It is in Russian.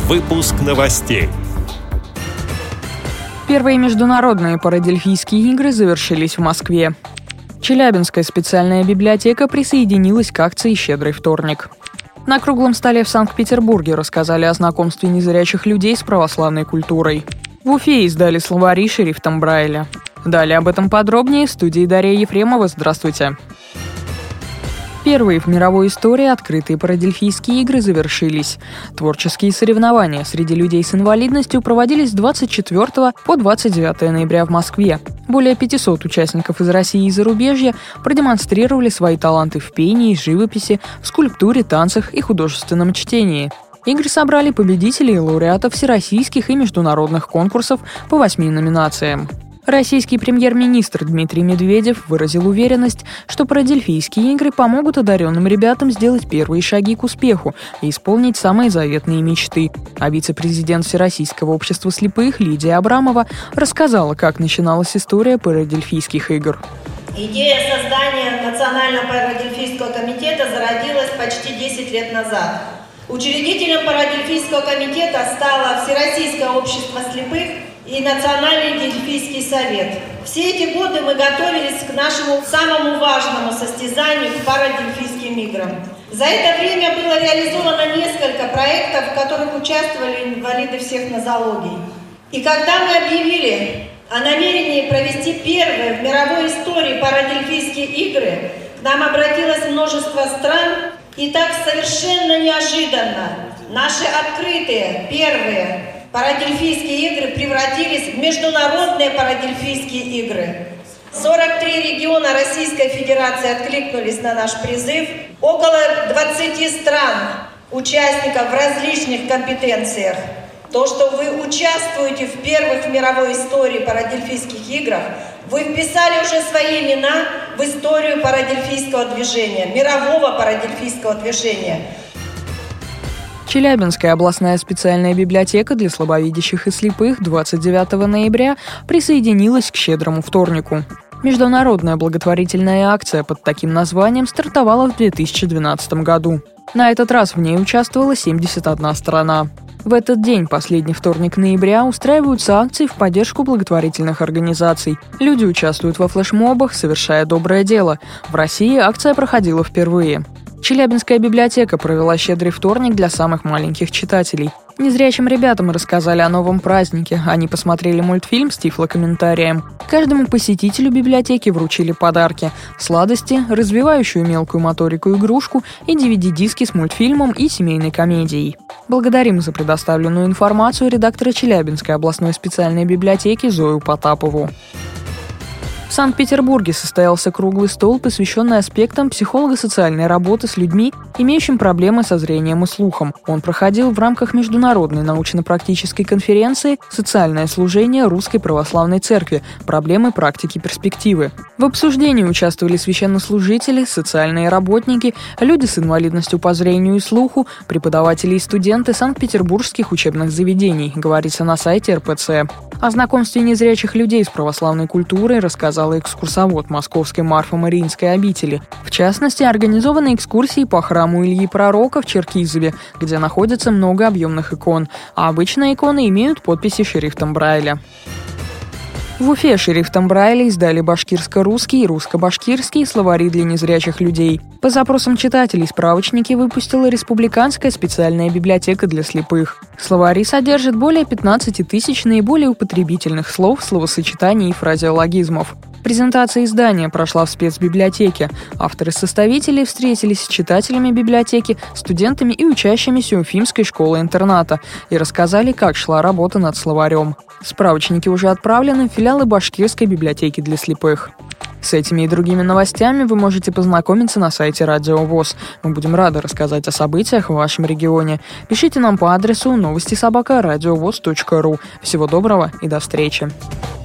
Выпуск новостей. Первые международные парадельфийские игры завершились в Москве. Челябинская специальная библиотека присоединилась к акции «Щедрый вторник». На круглом столе в Санкт-Петербурге рассказали о знакомстве незрячих людей с православной культурой. В Уфе издали словари шрифтом Брайля. Далее об этом подробнее в студии Дарья Ефремова. Здравствуйте. Первые в мировой истории открытые парадельфийские игры завершились. Творческие соревнования среди людей с инвалидностью проводились с 24 по 29 ноября в Москве. Более 500 участников из России и зарубежья продемонстрировали свои таланты в пении, живописи, в скульптуре, танцах и художественном чтении. Игры собрали победителей и лауреатов всероссийских и международных конкурсов по 8 номинациям. Российский премьер-министр Дмитрий Медведев выразил уверенность, что парадельфийские игры помогут одаренным ребятам сделать первые шаги к успеху и исполнить самые заветные мечты. А вице-президент Всероссийского общества слепых Лидия Абрамова рассказала, как начиналась история парадельфийских игр. Идея создания Национального парадельфийского комитета зародилась почти 10 лет назад. Учредителем парадельфийского комитета стало Всероссийское общество слепых и Национальный дельфийский совет. Все эти годы мы готовились к нашему самому важному состязанию, к парадельфийским играм. За это время было реализовано несколько проектов, в которых участвовали инвалиды всех нозологий. И когда мы объявили о намерении провести первые в мировой истории парадельфийские игры, к нам обратилось множество стран, и так совершенно неожиданно наши открытые первые парадельфийские игры превратились в международные парадельфийские игры. 43 региона Российской Федерации откликнулись на наш призыв. Около 20 стран, участников в различных компетенциях. То, что вы участвуете в первых в мировой истории парадельфийских играх, вы вписали уже свои имена в историю парадельфийского движения, мирового парадельфийского движения. Челябинская областная специальная библиотека для слабовидящих и слепых 29 ноября присоединилась к «Щедрому вторнику». Международная благотворительная акция под таким названием стартовала в 2012 году. На этот раз в ней участвовала 71 страна. В этот день, последний вторник ноября, устраиваются акции в поддержку благотворительных организаций. Люди участвуют во флешмобах, совершая доброе дело. В России акция проходила впервые. Челябинская библиотека провела «Щедрый вторник» для самых маленьких читателей. Незрячим ребятам рассказали о новом празднике. Они посмотрели мультфильм с тифлокомментарием. Каждому посетителю библиотеки вручили подарки: сладости, развивающую мелкую моторику игрушку и DVD-диски с мультфильмом и семейной комедией. Благодарим за предоставленную информацию редактора Челябинской областной специальной библиотеки Зою Потапову. В Санкт-Петербурге состоялся круглый стол, посвященный аспектам психолого-социальной работы с людьми, имеющими проблемы со зрением и слухом. Он проходил в рамках международной научно-практической конференции «Социальное служение Русской Православной Церкви. Проблемы, практики, перспективы». В обсуждении участвовали священнослужители, социальные работники, люди с инвалидностью по зрению и слуху, преподаватели и студенты санкт-петербургских учебных заведений, говорится на сайте РПЦ. О знакомстве незрячих людей с православной культурой рассказала экскурсовод Московской Марфо-Мариинской обители. В частности, организованы экскурсии по храму Ильи Пророка в Черкизове, где находится много объемных икон, а обычные иконы имеют подписи шрифтом Брайля. В Уфе шрифтом Брайля издали башкирско-русский и русско-башкирский словари для незрячих людей. По запросам читателей справочники выпустила Республиканская специальная библиотека для слепых. Словари содержат более 15 тысяч наиболее употребительных слов, словосочетаний и фразеологизмов. Презентация издания прошла в спецбиблиотеке. Авторы-составители встретились с читателями библиотеки, студентами и учащимися Уфимской школы-интерната и рассказали, как шла работа над словарем. Справочники уже отправлены в филиалы Башкирской библиотеки для слепых. С этими и другими новостями вы можете познакомиться на сайте Радио ВОС. Мы будем рады рассказать о событиях в вашем регионе. Пишите нам по адресу новости@радиовос.ру. Всего доброго и до встречи.